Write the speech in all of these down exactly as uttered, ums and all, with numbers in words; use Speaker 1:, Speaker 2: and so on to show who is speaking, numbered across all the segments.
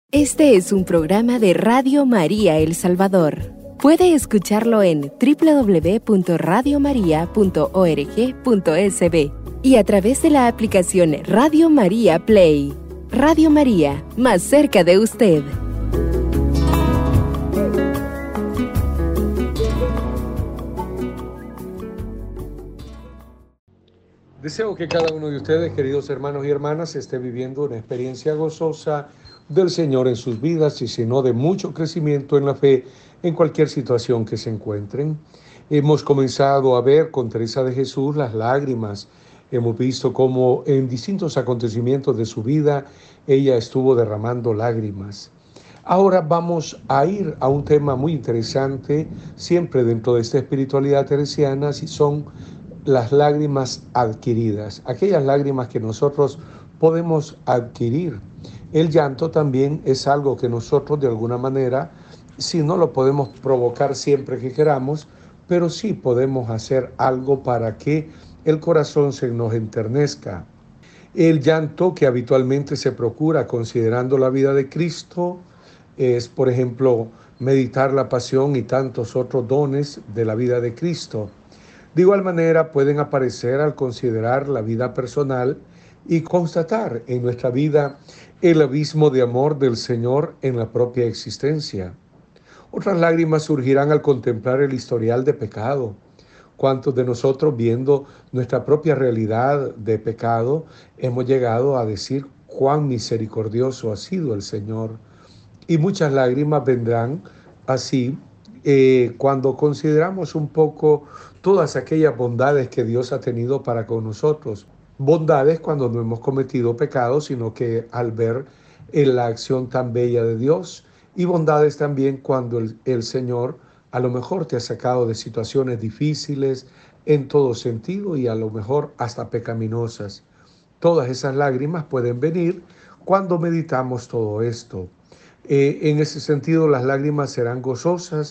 Speaker 1: Este es un programa de Radio María El Salvador. Puede escucharlo en doble u doble u doble u punto radio maría punto org punto es be y a través de la aplicación Radio María Play. Radio María, más cerca de usted.
Speaker 2: Deseo que cada uno de ustedes, queridos hermanos y hermanas, esté viviendo una experiencia gozosa del Señor en sus vidas y si no, de mucho crecimiento en la fe en cualquier situación que se encuentren. Hemos comenzado a ver con Teresa de Jesús las lágrimas. Hemos visto cómo en distintos acontecimientos de su vida ella estuvo derramando lágrimas. Ahora vamos a ir a un tema muy interesante, siempre dentro de esta espiritualidad teresiana, si son las lágrimas adquiridas, aquellas lágrimas que nosotros podemos adquirir. El llanto también es algo que nosotros de alguna manera, si no lo podemos provocar siempre que queramos, pero sí podemos hacer algo para que el corazón se nos enternezca. El llanto que habitualmente se procura considerando la vida de Cristo es, por ejemplo, meditar la pasión y tantos otros dones de la vida de Cristo. De igual manera pueden aparecer al considerar la vida personal y constatar en nuestra vida el abismo de amor del Señor en la propia existencia. Otras lágrimas surgirán al contemplar el historial de pecado. ¿Cuántos de nosotros, viendo nuestra propia realidad de pecado, hemos llegado a decir cuán misericordioso ha sido el Señor? Y muchas lágrimas vendrán así eh, cuando consideramos un poco todas aquellas bondades que Dios ha tenido para con nosotros. Bondades cuando no hemos cometido pecados, sino que al ver en la acción tan bella de Dios. Y bondades también cuando el, el Señor a lo mejor te ha sacado de situaciones difíciles en todo sentido y a lo mejor hasta pecaminosas. Todas esas lágrimas pueden venir cuando meditamos todo esto. Eh, en ese sentido, las lágrimas serán gozosas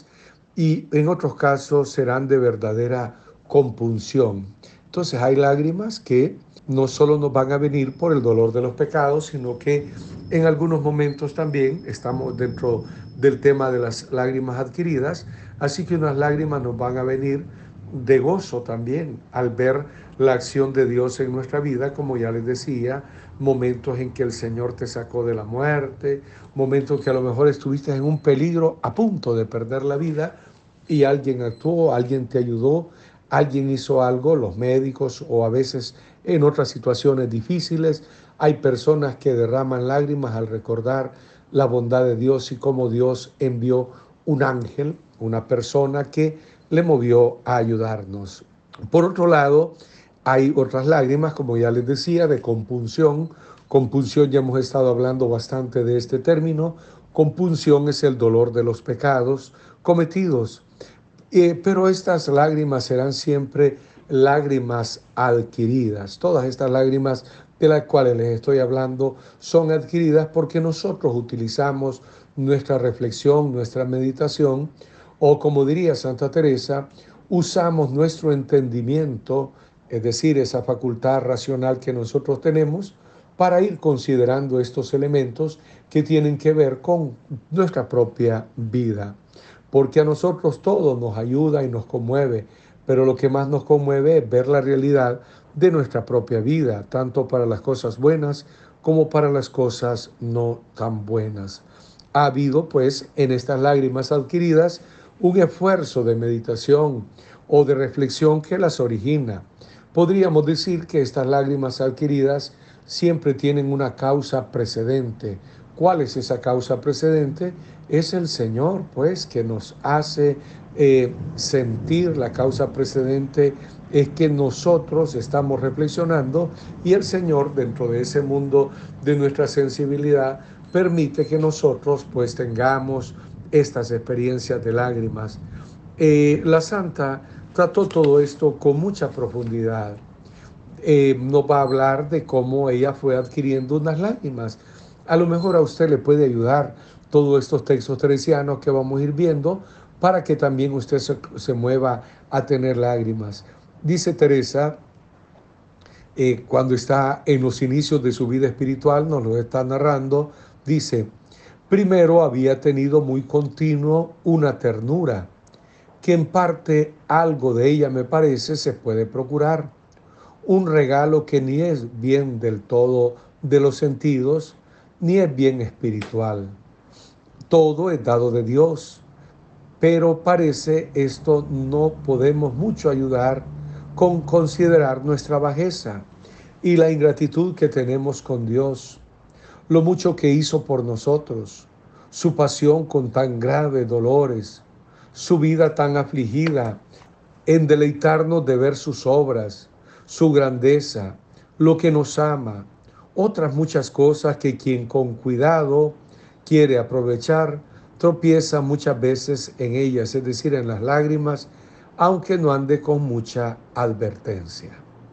Speaker 2: y en otros casos serán de verdadera compunción. Entonces hay lágrimas que no solo nos van a venir por el dolor de los pecados, sino que en algunos momentos también estamos dentro del tema de las lágrimas adquiridas, así que unas lágrimas nos van a venir de gozo también al ver la acción de Dios en nuestra vida, como ya les decía, momentos en que el Señor te sacó de la muerte, momentos que a lo mejor estuviste en un peligro a punto de perder la vida y alguien actuó, alguien te ayudó, alguien hizo algo, los médicos o a veces en otras situaciones difíciles. Hay personas que derraman lágrimas al recordar la bondad de Dios y cómo Dios envió un ángel, una persona que le movió a ayudarnos. Por otro lado, hay otras lágrimas, como ya les decía, de compunción. Compunción, ya hemos estado hablando bastante de este término. Compunción es el dolor de los pecados cometidos. Eh, pero estas lágrimas serán siempre lágrimas adquiridas. Todas estas lágrimas de las cuales les estoy hablando son adquiridas porque nosotros utilizamos nuestra reflexión, nuestra meditación, o como diría Santa Teresa, usamos nuestro entendimiento, es decir, esa facultad racional que nosotros tenemos, para ir considerando estos elementos que tienen que ver con nuestra propia vida. Porque a nosotros todo nos ayuda y nos conmueve, pero lo que más nos conmueve es ver la realidad de nuestra propia vida, tanto para las cosas buenas como para las cosas no tan buenas. Ha habido, pues, en estas lágrimas adquiridas, un esfuerzo de meditación o de reflexión que las origina. Podríamos decir que estas lágrimas adquiridas siempre tienen una causa precedente. ¿Cuál es esa causa precedente? Es el Señor, pues, que nos hace eh, sentir. La causa precedente es que nosotros estamos reflexionando y el Señor, dentro de ese mundo de nuestra sensibilidad, permite que nosotros, pues, tengamos estas experiencias de lágrimas. Eh, la Santa trató todo esto con mucha profundidad. Eh, nos va a hablar de cómo ella fue adquiriendo unas lágrimas. A lo mejor a usted le puede ayudar todos estos textos teresianos que vamos a ir viendo para que también usted se, se mueva a tener lágrimas. Dice Teresa, eh, cuando está en los inicios de su vida espiritual, nos lo está narrando, dice: Primero había tenido muy continuo una ternura, que en parte algo de ella me parece se puede procurar. Un regalo que ni es bien del todo de los sentidos, ni es bien espiritual. Todo es dado de Dios, pero parece esto no podemos mucho ayudar con considerar nuestra bajeza y la ingratitud que tenemos con Dios, lo mucho que hizo por nosotros, su pasión con tan graves dolores, su vida tan afligida, en deleitarnos de ver sus obras, su grandeza, lo que nos ama, otras muchas cosas que quien con cuidado quiere aprovechar, tropieza muchas veces en ellas, es decir, en las lágrimas, aunque no ande con mucha advertencia.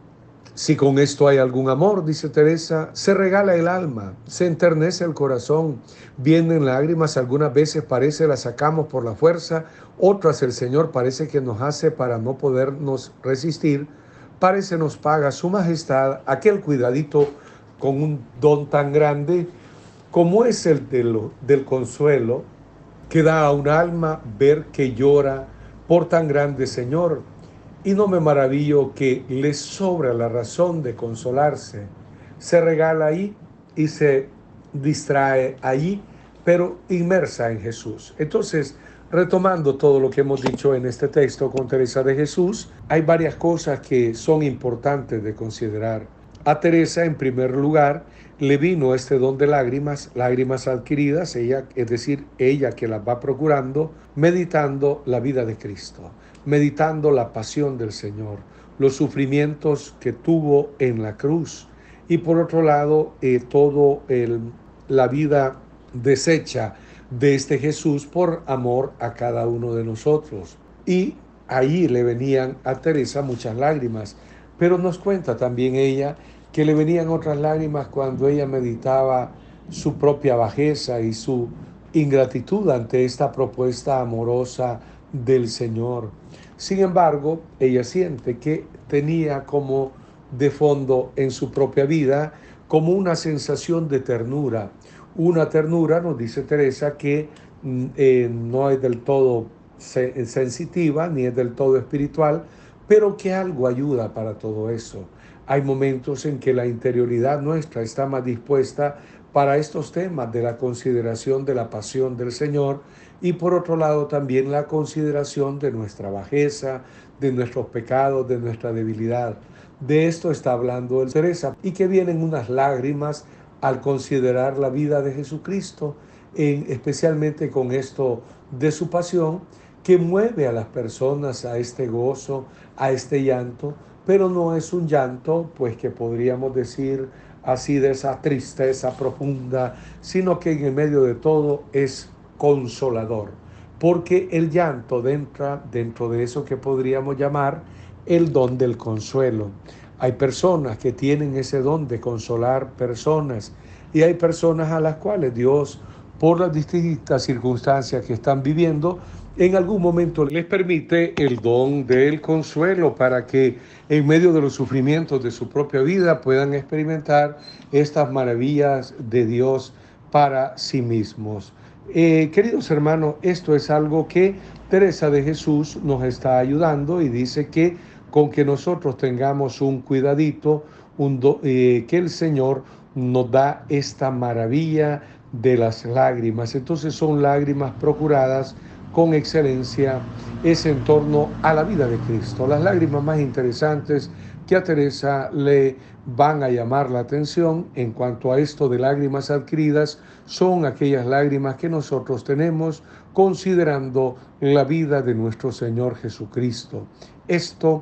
Speaker 2: Si con esto hay algún amor, dice Teresa, se regala el alma, se enternece el corazón, vienen lágrimas, algunas veces parece las sacamos por la fuerza, otras el Señor parece que nos hace para no podernos resistir, parece nos paga su majestad aquel cuidadito con un don tan grande como es el de lo, del consuelo que da a un alma ver que llora por tan grande Señor. Y no me maravillo que le sobra la razón de consolarse. Se regala ahí y se distrae allí, pero inmersa en Jesús. Entonces, retomando todo lo que hemos dicho en este texto con Teresa de Jesús, hay varias cosas que son importantes de considerar. A Teresa, en primer lugar, le vino este don de lágrimas, lágrimas adquiridas, ella, es decir, ella que las va procurando, meditando la vida de Cristo, meditando la pasión del Señor, los sufrimientos que tuvo en la cruz, y por otro lado, eh, todo el, la vida deshecha de este Jesús por amor a cada uno de nosotros. Y ahí le venían a Teresa muchas lágrimas, pero nos cuenta también ella que le venían otras lágrimas cuando ella meditaba su propia bajeza y su ingratitud ante esta propuesta amorosa del Señor. Sin embargo, ella siente que tenía como de fondo en su propia vida como una sensación de ternura. Una ternura, nos dice Teresa, que eh, no es del todo se- sensitiva ni es del todo espiritual, pero que algo ayuda para todo eso. Hay momentos en que la interioridad nuestra está más dispuesta para estos temas de la consideración de la pasión del Señor y por otro lado también la consideración de nuestra bajeza, de nuestros pecados, de nuestra debilidad. De esto está hablando el Teresa y que vienen unas lágrimas al considerar la vida de Jesucristo, en, especialmente con esto de su pasión, que mueve a las personas a este gozo, a este llanto, pero no es un llanto, pues que podríamos decir así de esa tristeza profunda, sino que en el medio de todo es consolador, porque el llanto entra dentro de eso que podríamos llamar el don del consuelo. Hay personas que tienen ese don de consolar personas y hay personas a las cuales Dios, por las distintas circunstancias que están viviendo, en algún momento les permite el don del consuelo para que en medio de los sufrimientos de su propia vida puedan experimentar estas maravillas de Dios para sí mismos. Eh, queridos hermanos, esto es algo que Teresa de Jesús nos está ayudando y dice que con que nosotros tengamos un cuidadito, un do, eh, que el Señor nos da esta maravilla de las lágrimas. Entonces son lágrimas procuradas con excelencia, es en torno a la vida de Cristo. Las lágrimas más interesantes que a Teresa le van a llamar la atención en cuanto a esto de lágrimas adquiridas son aquellas lágrimas que nosotros tenemos considerando la vida de nuestro Señor Jesucristo. Esto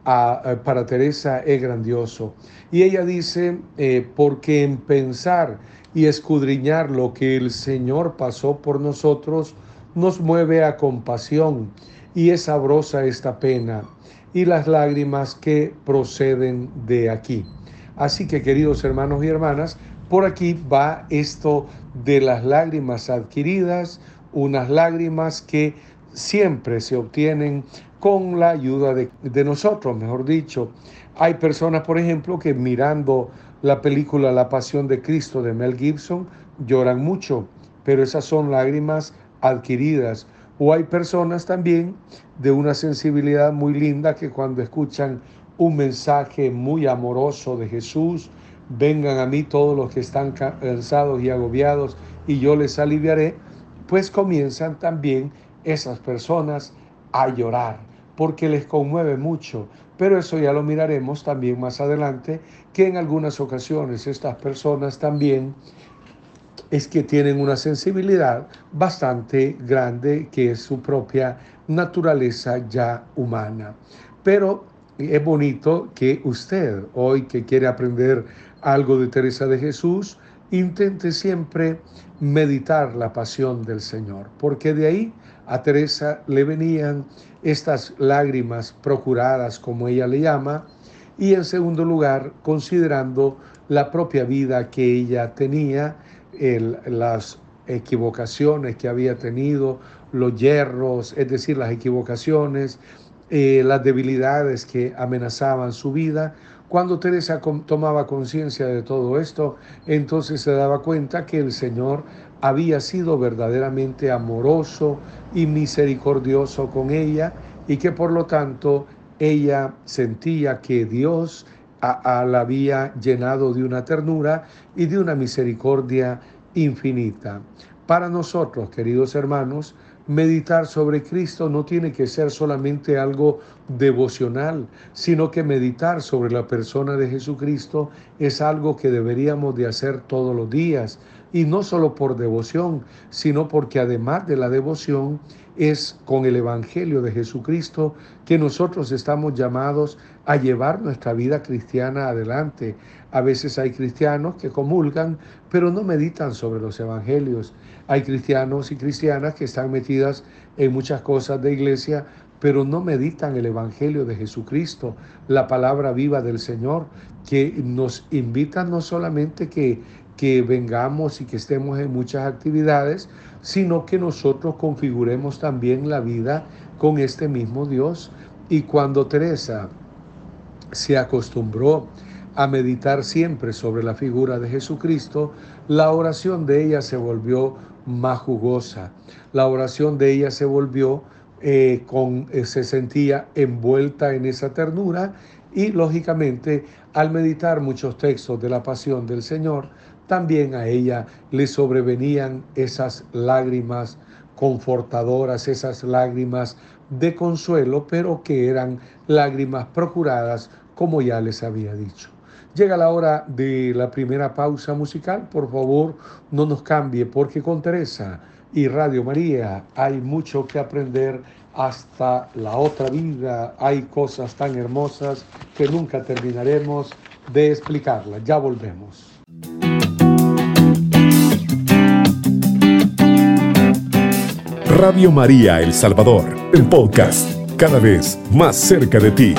Speaker 2: a, para Teresa es grandioso. Y ella dice, eh, porque en pensar y escudriñar lo que el Señor pasó por nosotros, nos mueve a compasión y es sabrosa esta pena y las lágrimas que proceden de aquí. Así que, queridos hermanos y hermanas, por aquí va esto de las lágrimas adquiridas, unas lágrimas que siempre se obtienen con la ayuda de, de nosotros, mejor dicho. Hay personas, por ejemplo, que mirando la película La Pasión de Cristo de Mel Gibson lloran mucho. pero esas son lágrimas adquiridas. O hay personas también de una sensibilidad muy linda que cuando escuchan un mensaje muy amoroso de Jesús, vengan a mí todos los que están cansados y agobiados y yo les aliviaré, pues comienzan también esas personas a llorar porque les conmueve mucho. Pero eso ya lo miraremos también más adelante, que en algunas ocasiones estas personas también es que tienen una sensibilidad bastante grande, que es su propia naturaleza ya humana. Pero es bonito que usted, hoy que quiere aprender algo de Teresa de Jesús, intente siempre meditar la pasión del Señor, porque de ahí a Teresa le venían estas lágrimas procuradas, como ella le llama, y en segundo lugar, considerando la propia vida que ella tenía, el, las equivocaciones que había tenido, los yerros, es decir, las equivocaciones, eh, las debilidades que amenazaban su vida. Cuando Teresa tomaba conciencia de todo esto, entonces se daba cuenta que el Señor había sido verdaderamente amoroso y misericordioso con ella, y que por lo tanto ella sentía que Dios a, a la había llenado de una ternura y de una misericordia infinita. Para nosotros, queridos hermanos, meditar sobre Cristo no tiene que ser solamente algo devocional, sino que meditar sobre la persona de Jesucristo es algo que deberíamos de hacer todos los días, y no solo por devoción, sino porque además de la devoción es con el Evangelio de Jesucristo que nosotros estamos llamados a llevar nuestra vida cristiana adelante. A veces hay cristianos que comulgan, pero no meditan sobre los evangelios. Hay cristianos y cristianas que están metidas en muchas cosas de iglesia, pero no meditan el evangelio de Jesucristo, la palabra viva del Señor, que nos invita no solamente que, que vengamos y que estemos en muchas actividades, sino que nosotros configuremos también la vida con este mismo Dios. Y cuando Teresa se acostumbró a meditar siempre sobre la figura de Jesucristo, la oración de ella se volvió más jugosa. La oración de ella se volvió, eh, con, eh, se sentía envuelta en esa ternura, y lógicamente al meditar muchos textos de la pasión del Señor, también a ella le sobrevenían esas lágrimas confortadoras, esas lágrimas de consuelo, pero que eran lágrimas procuradas, como ya les había dicho. Llega la hora de la primera pausa musical. Por favor, no nos cambie, porque con Teresa y Radio María hay mucho que aprender hasta la otra vida. Hay cosas tan hermosas que nunca terminaremos de explicarlas. Ya volvemos.
Speaker 3: Radio María El Salvador, el podcast, cada vez más cerca de ti.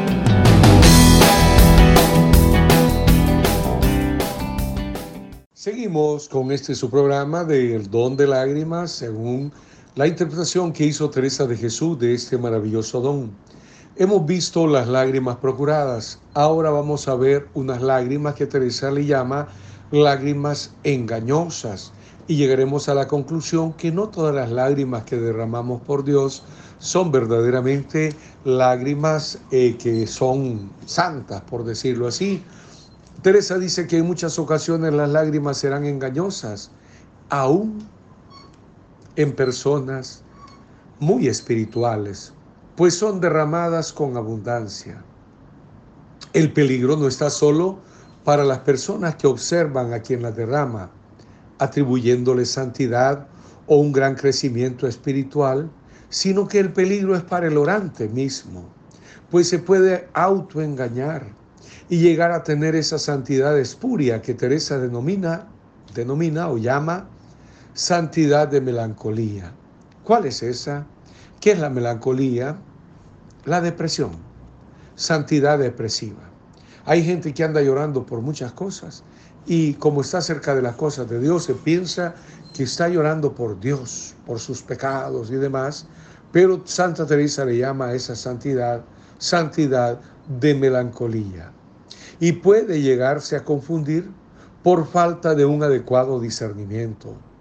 Speaker 2: Seguimos con este su programa del don de lágrimas, según la interpretación que hizo Teresa de Jesús de este maravilloso don. Hemos visto las lágrimas procuradas. Ahora vamos a ver unas lágrimas que Teresa le llama lágrimas engañosas. Y llegaremos a la conclusión que no todas las lágrimas que derramamos por Dios son verdaderamente lágrimas eh, que son santas, por decirlo así. Teresa dice que en muchas ocasiones las lágrimas serán engañosas, aún en personas muy espirituales, pues son derramadas con abundancia. El peligro no está solo para las personas que observan a quien las derrama, atribuyéndole santidad o un gran crecimiento espiritual, sino que el peligro es para el orante mismo, pues se puede autoengañar y llegar a tener esa santidad espuria que Teresa denomina, denomina o llama santidad de melancolía. ¿Cuál es esa? ¿Qué es la melancolía? La depresión, santidad depresiva. Hay gente que anda llorando por muchas cosas, y como está cerca de las cosas de Dios, se piensa que está llorando por Dios, por sus pecados y demás, pero Santa Teresa le llama a esa santidad, santidad de melancolía. Y puede llegarse a confundir por falta de un adecuado discernimiento.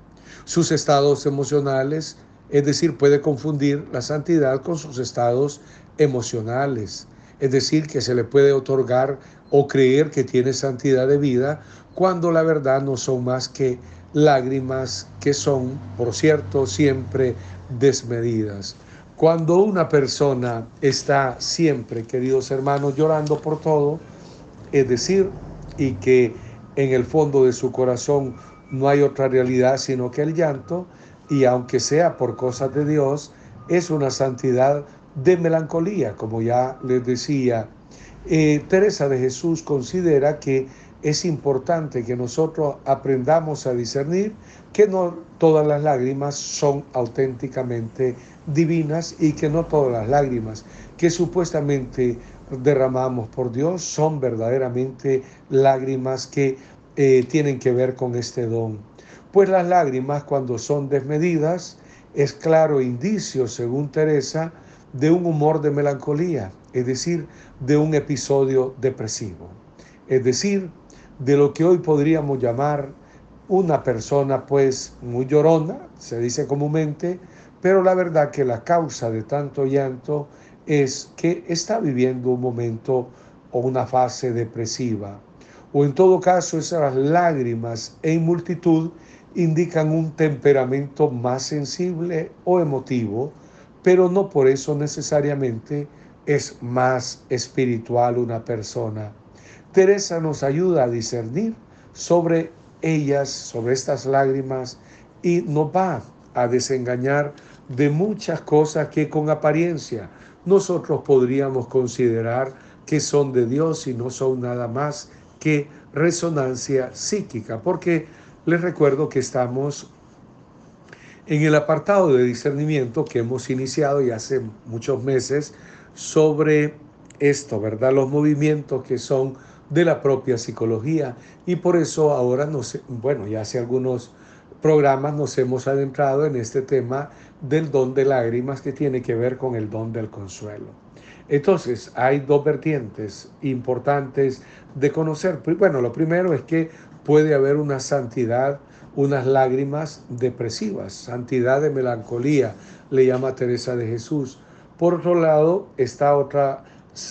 Speaker 2: sus estados emocionales, es decir, puede confundir la santidad con sus estados emocionales, es decir, que se le puede otorgar o creer que tiene santidad de vida cuando la verdad no son más que lágrimas que son, por cierto, siempre desmedidas. Cuando una persona está siempre, queridos hermanos, llorando por todo, es decir, y que en el fondo de su corazón no hay otra realidad sino que el llanto, y aunque sea por cosas de Dios, es una santidad de melancolía, como ya les decía. Eh, Teresa de Jesús considera que es importante que nosotros aprendamos a discernir que no todas las lágrimas son auténticamente divinas y que no todas las lágrimas que supuestamente derramamos por Dios son verdaderamente lágrimas que eh, tienen que ver con este don. Pues las lágrimas, cuando son desmedidas, es claro indicio, según Teresa, de un humor de melancolía, es decir, de un episodio depresivo, es decir, de lo que hoy podríamos llamar una persona pues muy llorona, se dice comúnmente, pero la verdad que la causa de tanto llanto es que está viviendo un momento o una fase depresiva, o en todo caso esas lágrimas en multitud indican un temperamento más sensible o emotivo, pero no por eso necesariamente es más espiritual una persona. Teresa nos ayuda a discernir sobre ellas, sobre estas lágrimas, y nos va a desengañar de muchas cosas que con apariencia nosotros podríamos considerar que son de Dios y no son nada más que resonancia psíquica, porque les recuerdo que estamos en el apartado de discernimiento que hemos iniciado ya hace muchos meses sobre esto, ¿verdad? Los movimientos que son de la propia psicología, y por eso ahora, nos, bueno, ya hace algunos programas nos hemos adentrado en este tema del don de lágrimas que tiene que ver con el don del consuelo. Entonces, hay dos vertientes importantes de conocer. Bueno, lo primero es que puede haber una santidad, unas lágrimas depresivas, santidad de melancolía, le llama Teresa de Jesús. Por otro lado, está otra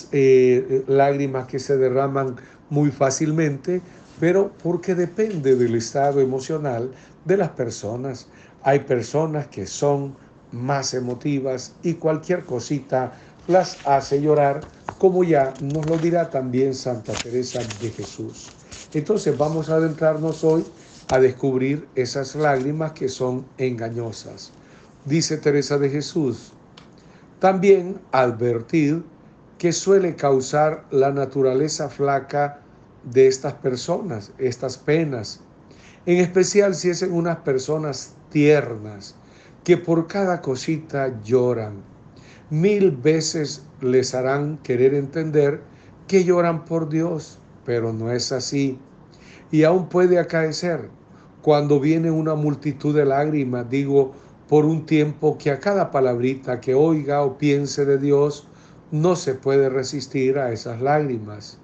Speaker 2: eh, lágrimas que se derraman muy fácilmente, pero porque depende del estado emocional de las personas. Hay personas que son más emotivas y cualquier cosita las hace llorar, como ya nos lo dirá también Santa Teresa de Jesús. Entonces vamos a adentrarnos hoy a descubrir esas lágrimas que son engañosas. Dice Teresa de Jesús, también advertid que suele causar la naturaleza flaca de estas personas, estas penas, en especial si es en unas personas tiernas, que por cada cosita lloran. Mil veces les harán querer entender que lloran por Dios, pero no es así. Y aún puede acaecer, cuando viene una multitud de lágrimas, digo, por un tiempo que a cada palabrita que oiga o piense de Dios, no se puede resistir a esas lágrimas.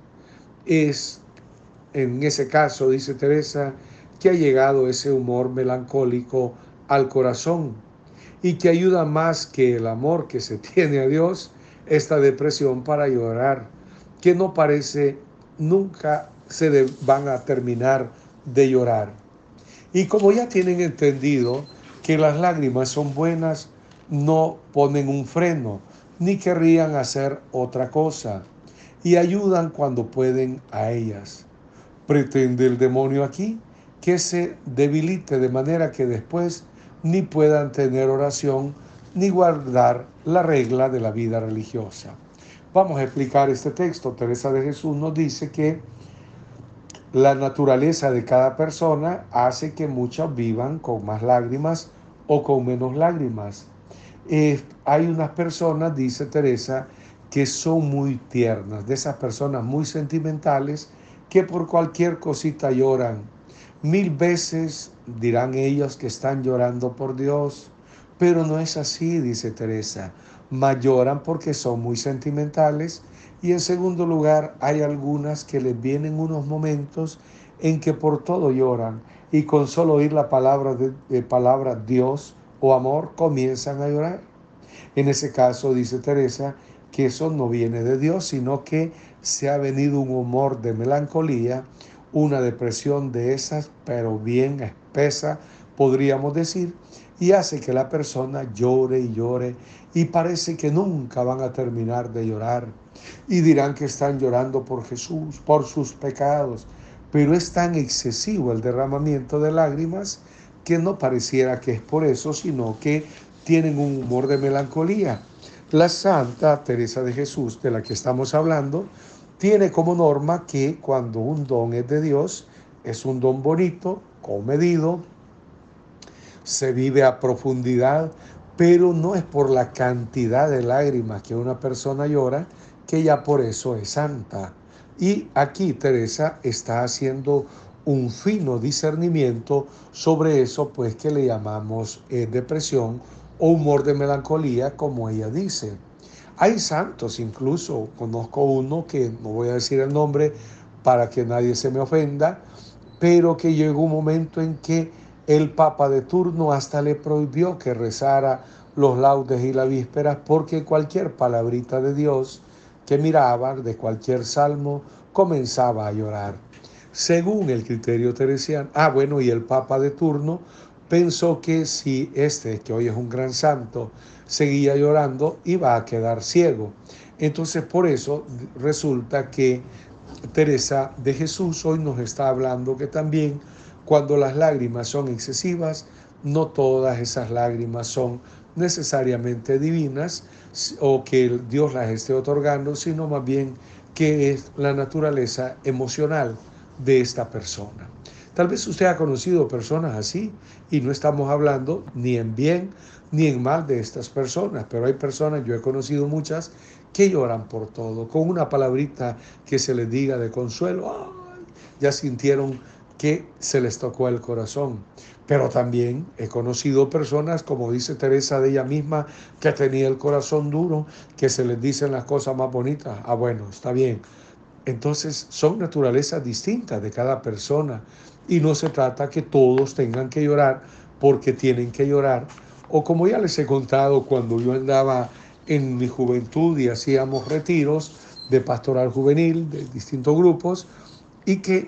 Speaker 2: Es en ese caso, dice Teresa, que ha llegado ese humor melancólico al corazón y que ayuda más que el amor que se tiene a Dios, esta depresión para llorar, que no parece nunca se de, van a terminar de llorar. Y como ya tienen entendido que las lágrimas son buenas, no ponen un freno, ni querrían hacer otra cosa, y ayudan cuando pueden a ellas. Pretende el demonio aquí que se debilite de manera que después ni puedan tener oración ni guardar la regla de la vida religiosa. Vamos a explicar este texto. Teresa de Jesús nos dice que la naturaleza de cada persona hace que muchos vivan con más lágrimas o con menos lágrimas. Eh, hay unas personas, dice Teresa, que son muy tiernas, de esas personas muy sentimentales que por cualquier cosita lloran. Mil veces dirán ellos que están llorando por Dios, pero no es así, dice Teresa. Mas lloran porque son muy sentimentales, y en segundo lugar hay algunas que les vienen unos momentos en que por todo lloran, y con solo oír la palabra, de, de palabra Dios o amor comienzan a llorar. En ese caso, dice Teresa, que eso no viene de Dios, sino que se ha venido un humor de melancolía, una depresión de esas, pero bien espesa, podríamos decir, y hace que la persona llore y llore y parece que nunca van a terminar de llorar. Y dirán que están llorando por Jesús, por sus pecados, pero es tan excesivo el derramamiento de lágrimas que no pareciera que es por eso, sino que tienen un humor de melancolía. La Santa Teresa de Jesús, de la que estamos hablando, tiene como norma que cuando un don es de Dios, es un don bonito, comedido, se vive a profundidad, pero no es por la cantidad de lágrimas que una persona llora que ya por eso es santa. Y aquí Teresa está haciendo un fino discernimiento sobre eso, pues que le llamamos eh, depresión o humor de melancolía, como ella dice. Hay santos, incluso conozco uno que no voy a decir el nombre para que nadie se me ofenda, pero que llegó un momento en que el Papa de turno hasta le prohibió que rezara los laudes y las vísperas, porque cualquier palabrita de Dios que miraba, de cualquier salmo, comenzaba a llorar. Según el criterio teresiano, ah bueno, y el Papa de turno pensó que si este, que hoy es un gran santo, seguía llorando, iba a quedar ciego. Entonces, por eso resulta que Teresa de Jesús hoy nos está hablando que también cuando las lágrimas son excesivas, no todas esas lágrimas son necesariamente divinas o que Dios las esté otorgando, sino más bien que es la naturaleza emocional de esta persona. Tal vez usted ha conocido personas así y no estamos hablando ni en bien ni en mal de estas personas, pero hay personas, yo he conocido muchas, que lloran por todo, con una palabrita que se les diga de consuelo, ¡ay!, ya sintieron que se les tocó el corazón. Pero también he conocido personas, como dice Teresa de ella misma, que tenía el corazón duro, que se les dicen las cosas más bonitas. Ah, bueno, está bien. Entonces son naturalezas distintas de cada persona y no se trata que todos tengan que llorar porque tienen que llorar. O como ya les he contado, cuando yo andaba en mi juventud y hacíamos retiros de pastoral juvenil de distintos grupos y que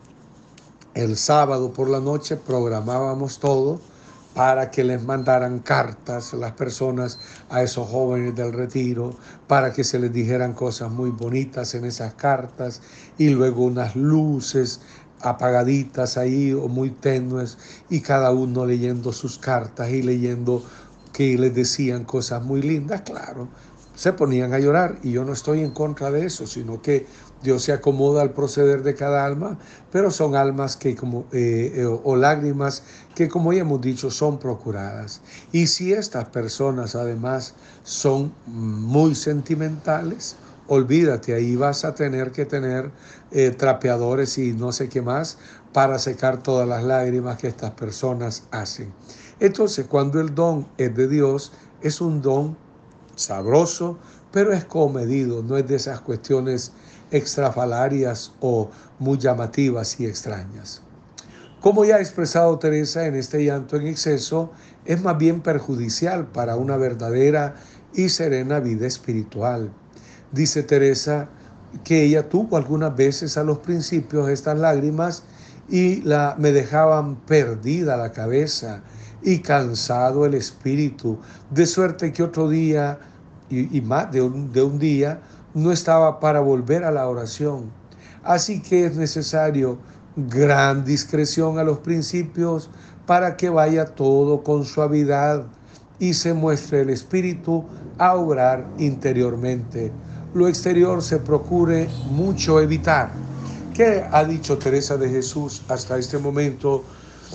Speaker 2: el sábado por la noche programábamos todo para que les mandaran cartas las personas a esos jóvenes del retiro, para que se les dijeran cosas muy bonitas en esas cartas y luego unas luces apagaditas ahí o muy tenues y cada uno leyendo sus cartas y leyendo que les decían cosas muy lindas. Claro, se ponían a llorar y yo no estoy en contra de eso, sino que Dios se acomoda al proceder de cada alma, pero son almas que como, eh, eh, o lágrimas que, como ya hemos dicho, son procuradas. Y si estas personas además son muy sentimentales, olvídate, ahí vas a tener que tener eh, trapeadores y no sé qué más para secar todas las lágrimas que estas personas hacen. Entonces, cuando el don es de Dios, es un don sabroso, pero es comedido, no es de esas cuestiones extrafalarias o muy llamativas y extrañas. Como ya ha expresado Teresa, en este llanto en exceso es más bien perjudicial para una verdadera y serena vida espiritual. Dice Teresa que ella tuvo algunas veces a los principios estas lágrimas y la, me dejaban perdida la cabeza y cansado el espíritu, de suerte que otro día y, y más de un, de un día no estaba para volver a la oración. Así que es necesario gran discreción a los principios para que vaya todo con suavidad y se muestre el espíritu a obrar interiormente. Lo exterior se procure mucho evitar. ¿Qué ha dicho Teresa de Jesús hasta este momento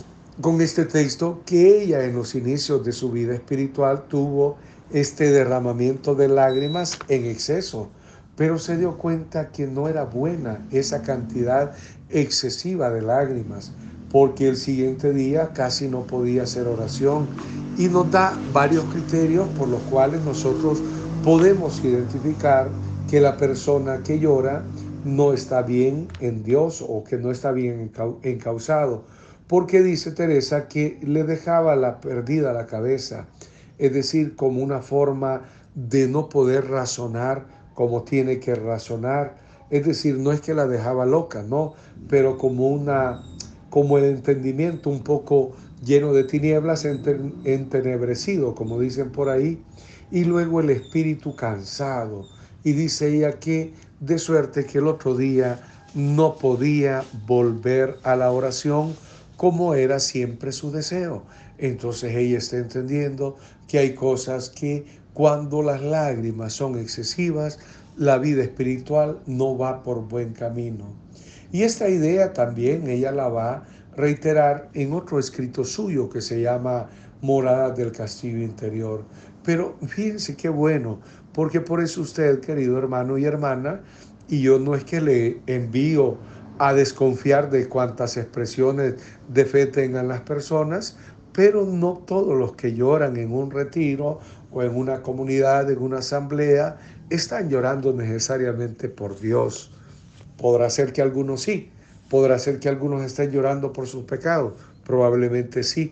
Speaker 2: con este texto? Que ella en los inicios de su vida espiritual tuvo este derramamiento de lágrimas en exceso, pero se dio cuenta que no era buena esa cantidad excesiva de lágrimas, porque el siguiente día casi no podía hacer oración, y nos da varios criterios por los cuales nosotros podemos identificar que la persona que llora no está bien en Dios o que no está bien encauzado. porque dice Teresa que le dejaba la perdida la cabeza, es decir, como una forma de no poder razonar como tiene que razonar, es decir, no es que la dejaba loca, no, pero como una, como el entendimiento un poco lleno de tinieblas, entenebrecido, como dicen por ahí, y luego el espíritu cansado. Y dice ella que de suerte que el otro día no podía volver a la oración como era siempre su deseo. Entonces ella está entendiendo que hay cosas que cuando las lágrimas son excesivas, la vida espiritual no va por buen camino. Y esta idea también ella la va a reiterar en otro escrito suyo que se llama Moradas del Castillo Interior. Pero fíjense qué bueno, porque por eso usted, querido hermano y hermana, y yo no es que le envío a desconfiar de cuántas expresiones de fe tengan las personas, pero no todos los que lloran en un retiro o en una comunidad, en una asamblea, están llorando necesariamente por Dios. Podrá ser que algunos sí, podrá ser que algunos estén llorando por sus pecados, probablemente sí,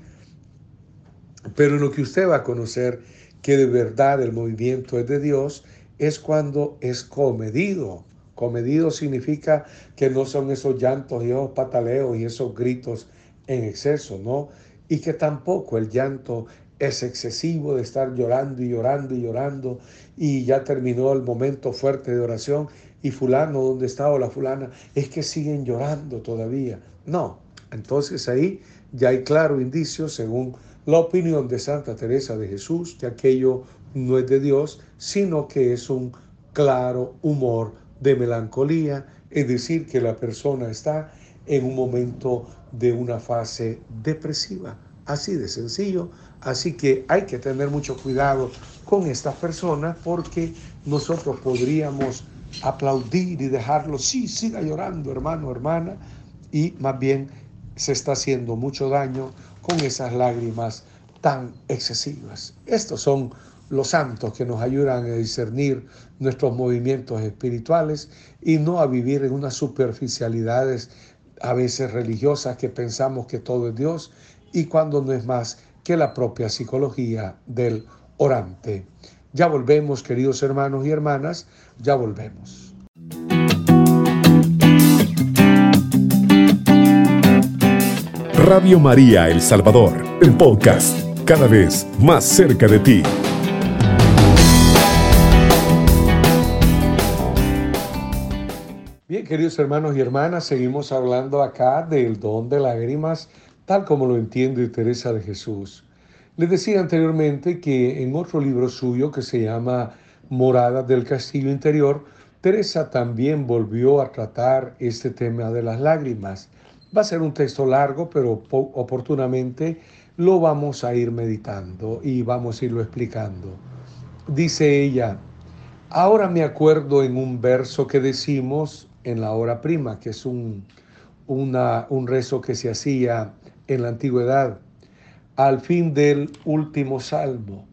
Speaker 2: pero lo que usted va a conocer que de verdad el movimiento es de Dios es cuando es comedido. Comedido significa que no son esos llantos y esos pataleos y esos gritos en exceso, ¿no? Y que tampoco el llanto es excesivo de estar llorando y llorando y llorando y ya terminó el momento fuerte de oración y fulano, ¿dónde está? O la fulana, es que siguen llorando todavía. No, entonces ahí ya hay claro indicio, según la opinión de Santa Teresa de Jesús, que aquello no es de Dios, sino que es un claro humor de melancolía, es decir, que la persona está en un momento de una fase depresiva. Así de sencillo. Así que hay que tener mucho cuidado con estas personas porque nosotros podríamos aplaudir y dejarlo, sí, siga llorando, hermano, hermana, y más bien se está haciendo mucho daño con esas lágrimas tan excesivas. Estos son los santos que nos ayudan a discernir nuestros movimientos espirituales y no a vivir en unas superficialidades a veces religiosas que pensamos que todo es Dios y cuando no es más que la propia psicología del orante. Ya volvemos, queridos hermanos y hermanas, ya volvemos.
Speaker 3: Radio María El Salvador, el podcast, cada vez más cerca de ti.
Speaker 2: Bien, queridos hermanos y hermanas, seguimos hablando acá del don de lágrimas, tal como lo entiende Teresa de Jesús. Les decía anteriormente que en otro libro suyo que se llama Moradas del Castillo Interior, Teresa también volvió a tratar este tema de las lágrimas. Va a ser un texto largo, pero oportunamente lo vamos a ir meditando y vamos a irlo explicando. Dice ella, ahora me acuerdo en un verso que decimos en la hora prima, que es un, una, un rezo que se hacía en la antigüedad, al fin del último salmo,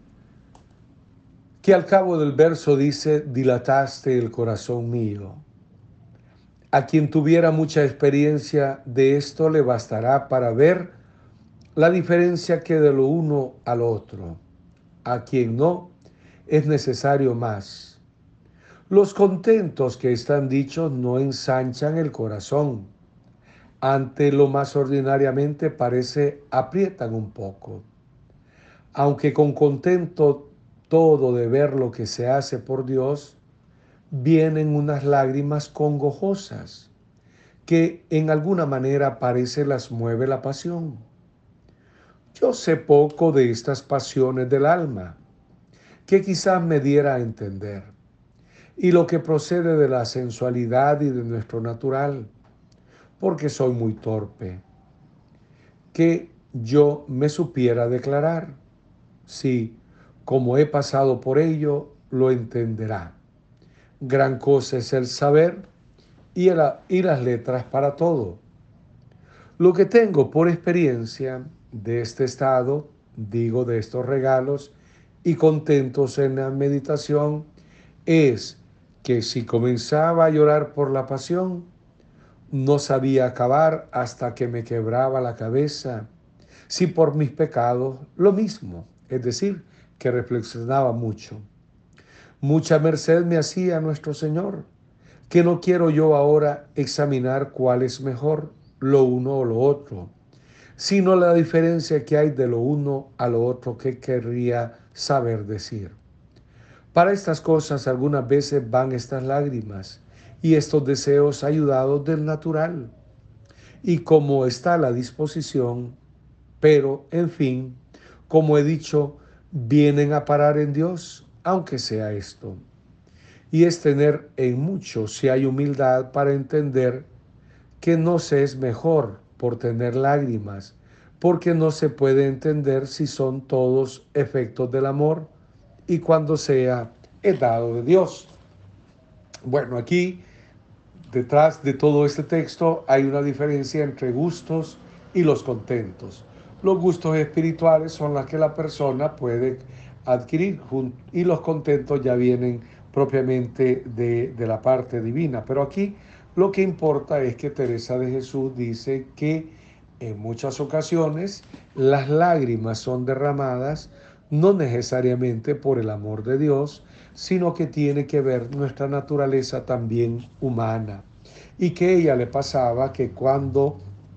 Speaker 2: que al cabo del verso dice, dilataste el corazón mío. A quien tuviera mucha experiencia de esto le bastará para ver la diferencia que de lo uno al otro. A quien no, es necesario más. Los contentos que están dichos no ensanchan el corazón. Ante lo más ordinariamente parece aprietan un poco. Aunque con contento todo de ver lo que se hace por Dios, vienen unas lágrimas congojosas, que en alguna manera parece las mueve la pasión. Yo sé poco de estas pasiones del alma, que quizás me diera a entender, y lo que procede de la sensualidad y de nuestro natural, porque soy muy torpe, que yo me supiera declarar. Si, como he pasado por ello, lo entenderá. Gran cosa es el saber y, el, y las letras para todo. Lo que tengo por experiencia de este estado, digo de estos regalos y contentos en la meditación, es que si comenzaba a llorar por la pasión, no sabía acabar hasta que me quebraba la cabeza. Si por mis pecados, lo mismo, es decir, que reflexionaba mucho. Mucha merced me hacía nuestro Señor, que no quiero yo ahora examinar cuál es mejor, lo uno o lo otro, sino la diferencia que hay de lo uno a lo otro que querría saber decir. Para estas cosas algunas veces van estas lágrimas y estos deseos ayudados del natural. Y como está a la disposición, pero en fin, como he dicho, vienen a parar en Dios, aunque sea esto. Y es tener en mucho si hay humildad para entender que no se es mejor por tener lágrimas, porque no se puede entender si son todos efectos del amor y cuando sea es dado de Dios. Bueno, aquí detrás de todo este texto hay una diferencia entre gustos y los contentos. Los gustos espirituales son los que la persona puede adquirir y los contentos ya vienen propiamente de, de la parte divina. Pero aquí lo que importa es que Teresa de Jesús dice que en muchas ocasiones las lágrimas son derramadas no necesariamente por el amor de Dios, sino que tiene que ver nuestra naturaleza también humana. Y que a ella le pasaba que cuando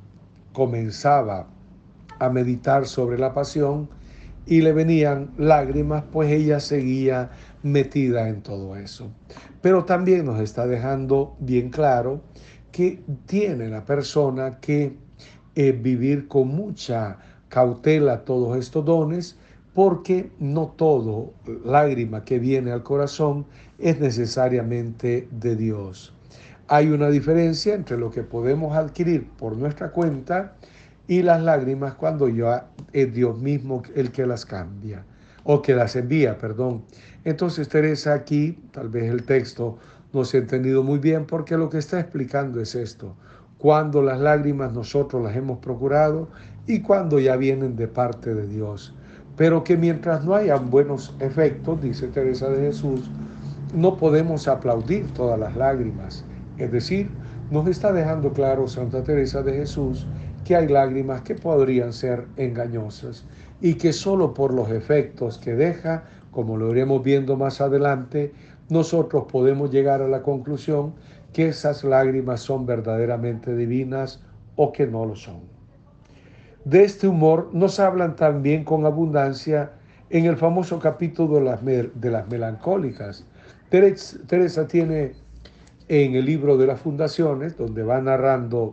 Speaker 2: comenzaba a meditar sobre la pasión y le venían lágrimas, pues ella seguía metida en todo eso. Pero también nos está dejando bien claro que tiene la persona que eh, vivir con mucha cautela todos estos dones, porque no todo lágrima que viene al corazón es necesariamente de Dios. Hay una diferencia entre lo que podemos adquirir por nuestra cuenta y las lágrimas cuando ya es Dios mismo el que las cambia, o que las envía, perdón. Entonces Teresa aquí, tal vez el texto no se ha entendido muy bien, porque lo que está explicando es esto: cuando las lágrimas nosotros las hemos procurado y cuando ya vienen de parte de Dios. Pero que mientras no hayan buenos efectos, dice Teresa de Jesús, no podemos aplaudir todas las lágrimas. Es decir, nos está dejando claro Santa Teresa de Jesús que hay lágrimas que podrían ser engañosas y que solo por los efectos que deja, como lo iremos viendo más adelante, nosotros podemos llegar a la conclusión que esas lágrimas son verdaderamente divinas o que no lo son. De este humor nos hablan también con abundancia en el famoso capítulo de las, de las melancólicas. Teresa, Teresa tiene en el libro de las fundaciones, donde va narrando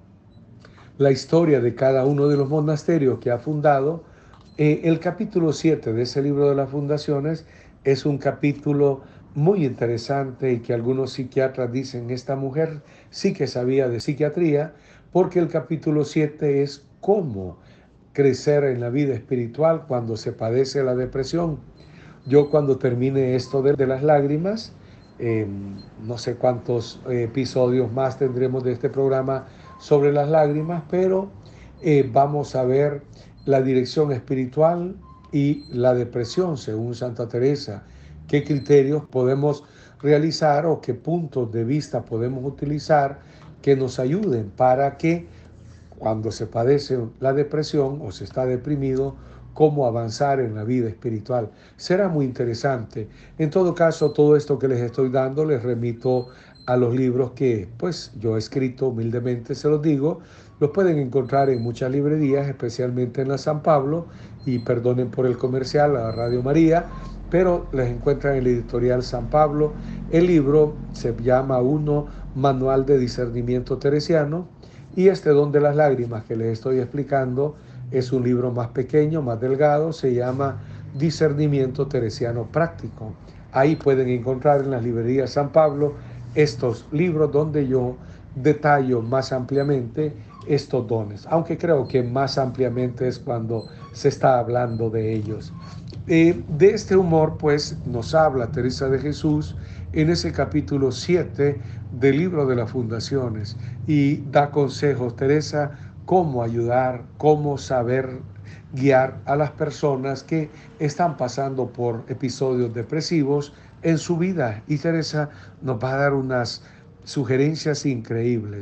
Speaker 2: la historia de cada uno de los monasterios que ha fundado, eh, el capítulo siete de ese libro de las fundaciones es un capítulo muy interesante y que algunos psiquiatras dicen, esta mujer sí que sabía de psiquiatría, porque el capítulo siete es cómo crecer en la vida espiritual cuando se padece la depresión. Yo cuando termine esto de, de las lágrimas, eh, no sé cuántos eh, episodios más tendremos de este programa sobre las lágrimas, pero eh, vamos a ver la dirección espiritual y la depresión según Santa Teresa, qué criterios podemos realizar o qué puntos de vista podemos utilizar que nos ayuden para que cuando se padece la depresión o se está deprimido, cómo avanzar en la vida espiritual. Será muy interesante. En todo caso, todo esto que les estoy dando les remito a los libros que pues yo he escrito humildemente, se los digo. Los pueden encontrar en muchas librerías, especialmente en la San Pablo, y perdonen por el comercial, la Radio María, pero les encuentran en la editorial San Pablo. El libro se llama Uno, Manual de Discernimiento Teresiano, y este Don de las Lágrimas que les estoy explicando es un libro más pequeño, más delgado, se llama Discernimiento Teresiano Práctico. Ahí pueden encontrar en las librerías San Pablo estos libros donde yo detallo más ampliamente estos dones, aunque creo que más ampliamente es cuando se está hablando de ellos. Eh, de este humor, pues, nos habla Teresa de Jesús en ese capítulo siete del libro de las fundaciones y da consejos, Teresa, cómo ayudar, cómo saber guiar a las personas que están pasando por episodios depresivos en su vida. Y Teresa nos va a dar unas sugerencias increíbles.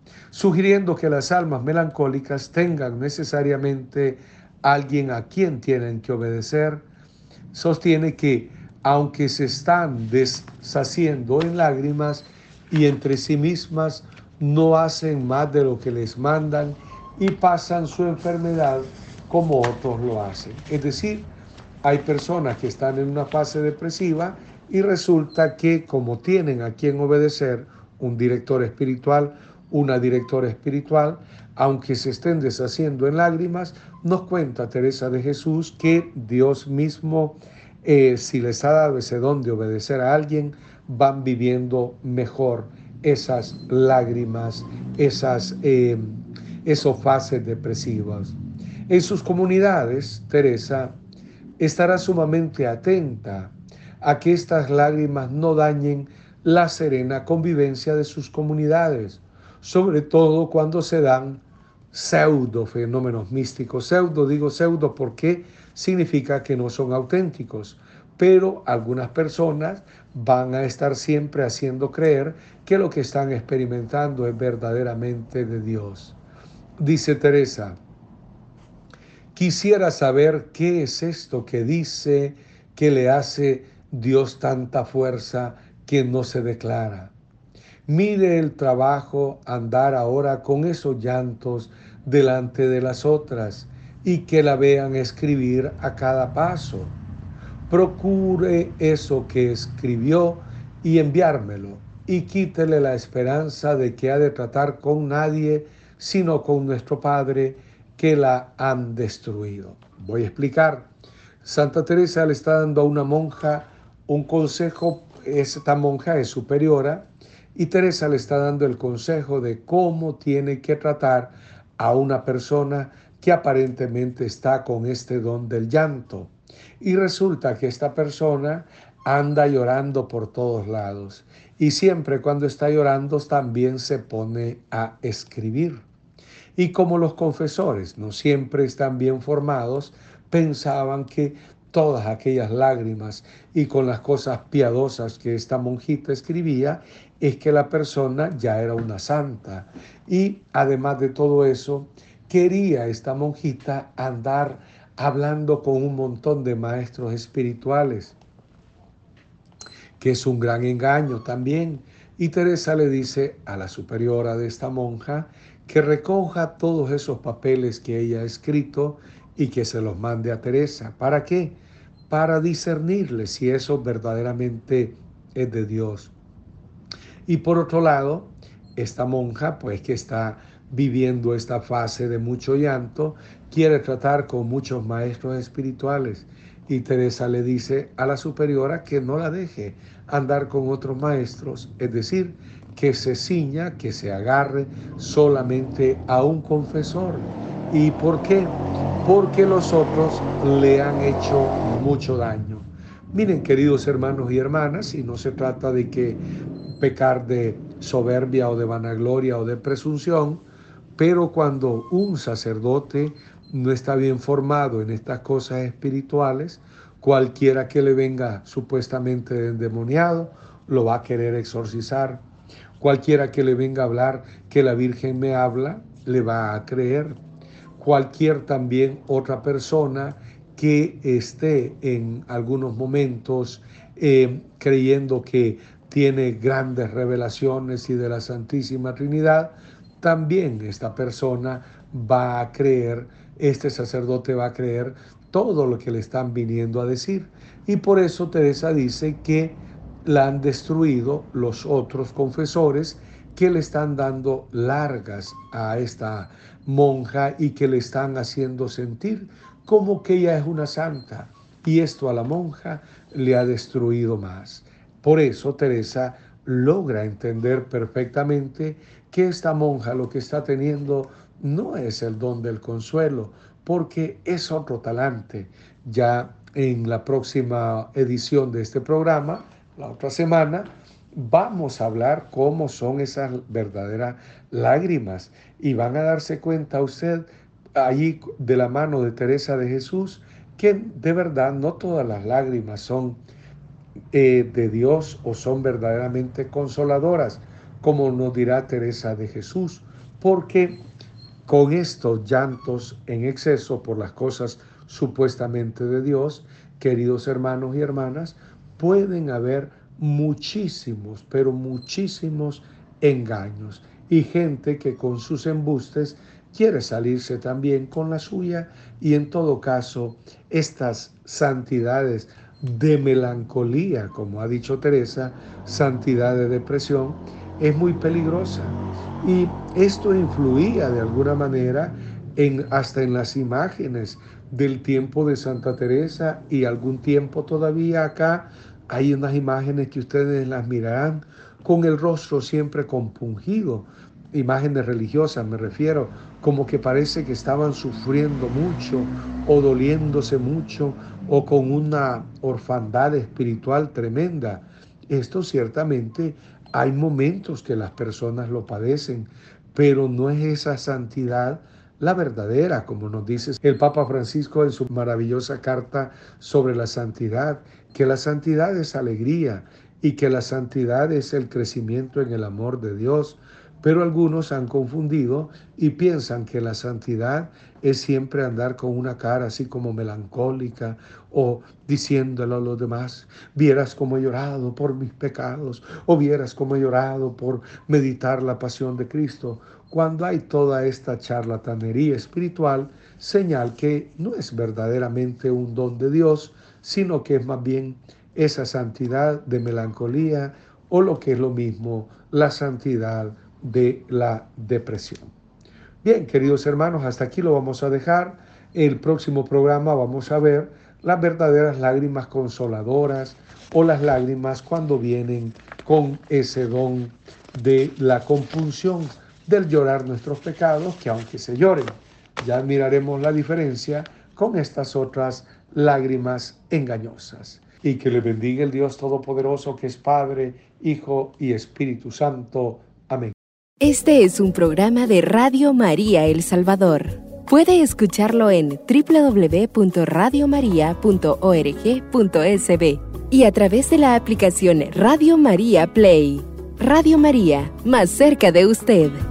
Speaker 2: sugiriendo que las almas melancólicas tengan necesariamente alguien a quien tienen que obedecer. Sostiene que, aunque se están deshaciendo en lágrimas y entre sí mismas, no hacen más de lo que les mandan y pasan su enfermedad como otros lo hacen. Es decir, hay personas que están en una fase depresiva y resulta que, como tienen a quien obedecer, un director espiritual, una directora espiritual, aunque se estén deshaciendo en lágrimas, nos cuenta Teresa de Jesús que Dios mismo, eh, si les ha dado ese don de obedecer a alguien, van viviendo mejor esas lágrimas, esas, eh, esos fases depresivas. En sus comunidades, Teresa estará sumamente atenta a que estas lágrimas no dañen la serena convivencia de sus comunidades, sobre todo cuando se dan pseudo fenómenos místicos. Pseudo, digo pseudo porque significa que no son auténticos, pero algunas personas van a estar siempre haciendo creer que lo que están experimentando es verdaderamente de Dios. Dice Teresa: quisiera saber qué es esto que dice que le hace Dios tanta fuerza que no se declara. Mire el trabajo andar ahora con esos llantos delante de las otras y que la vean escribir a cada paso. Procure eso que escribió y enviármelo, y quítele la esperanza de que ha de tratar con nadie sino con nuestro Padre, que la han destruido. Voy a explicar. Santa Teresa le está dando a una monja un consejo. Esta monja es superiora y Teresa le está dando el consejo de cómo tiene que tratar a una persona que aparentemente está con este don del llanto. Y resulta que esta persona anda llorando por todos lados y siempre cuando está llorando también se pone a escribir. Y como los confesores no siempre están bien formados, pensaban que todas aquellas lágrimas y con las cosas piadosas que esta monjita escribía, es que la persona ya era una santa. Y además de todo eso, quería esta monjita andar hablando con un montón de maestros espirituales, que es un gran engaño también. Y Teresa le dice a la superiora de esta monja que recoja todos esos papeles que ella ha escrito y que se los mande a Teresa. ¿Para qué? Para discernirle si eso verdaderamente es de Dios. Y por otro lado, esta monja, pues que está viviendo esta fase de mucho llanto, quiere tratar con muchos maestros espirituales. Y Teresa le dice a la superiora que no la deje andar con otros maestros, es decir, que se ciña, que se agarre solamente a un confesor. ¿Y por qué? Porque los otros le han hecho mucho daño. Miren, queridos hermanos y hermanas, y no se trata de que pecar de soberbia o de vanagloria o de presunción, pero cuando un sacerdote no está bien formado en estas cosas espirituales, cualquiera que le venga supuestamente endemoniado lo va a querer exorcizar. Cualquiera que le venga a hablar que la Virgen me habla, le va a creer. Cualquier también otra persona que esté en algunos momentos eh, creyendo que tiene grandes revelaciones y de la Santísima Trinidad, también esta persona va a creer, este sacerdote va a creer todo lo que le están viniendo a decir. Y por eso Teresa dice que la han destruido los otros confesores que le están dando largas a esta monja y que le están haciendo sentir como que ella es una santa. Y esto a la monja le ha destruido más. Por eso Teresa logra entender perfectamente que esta monja lo que está teniendo no es el don del consuelo, porque es otro talante. Ya en la próxima edición de este programa, la otra semana, vamos a hablar cómo son esas verdaderas lágrimas y van a darse cuenta usted allí de la mano de Teresa de Jesús que de verdad no todas las lágrimas son eh, de Dios o son verdaderamente consoladoras, como nos dirá Teresa de Jesús, porque con estos llantos en exceso por las cosas supuestamente de Dios, queridos hermanos y hermanas, pueden haber muchísimos, pero muchísimos engaños y gente que con sus embustes quiere salirse también con la suya, y en todo caso estas santidades de melancolía, como ha dicho Teresa, santidad de depresión, es muy peligrosa. Y esto influía de alguna manera en, hasta en las imágenes del tiempo de Santa Teresa, y algún tiempo todavía acá hay unas imágenes que ustedes las mirarán con el rostro siempre compungido, imágenes religiosas me refiero, como que parece que estaban sufriendo mucho o doliéndose mucho o con una orfandad espiritual tremenda. Esto ciertamente hay momentos que las personas lo padecen, pero no es esa santidad la verdadera, como nos dice el Papa Francisco en su maravillosa carta sobre la santidad, que la santidad es alegría y que la santidad es el crecimiento en el amor de Dios. Pero algunos han confundido y piensan que la santidad es siempre andar con una cara así como melancólica o diciéndole a los demás: vieras cómo he llorado por mis pecados, o vieras cómo he llorado por meditar la pasión de Cristo. Cuando hay toda esta charlatanería espiritual, señal que no es verdaderamente un don de Dios, sino que es más bien esa santidad de melancolía, o lo que es lo mismo, la santidad de la depresión. Bien, queridos hermanos, hasta aquí lo vamos a dejar. El próximo programa vamos a ver las verdaderas lágrimas consoladoras, o las lágrimas cuando vienen con ese don de la compunción, del llorar nuestros pecados, que aunque se lloren, ya miraremos la diferencia con estas otras lágrimas engañosas. Y que le bendiga el Dios Todopoderoso, que es Padre, Hijo y Espíritu Santo. Amén.
Speaker 1: Este es un programa de Radio María El Salvador. Puede escucharlo en doble u doble u doble u punto radio maría punto org punto es be y a través de la aplicación Radio María Play. Radio María, más cerca de usted.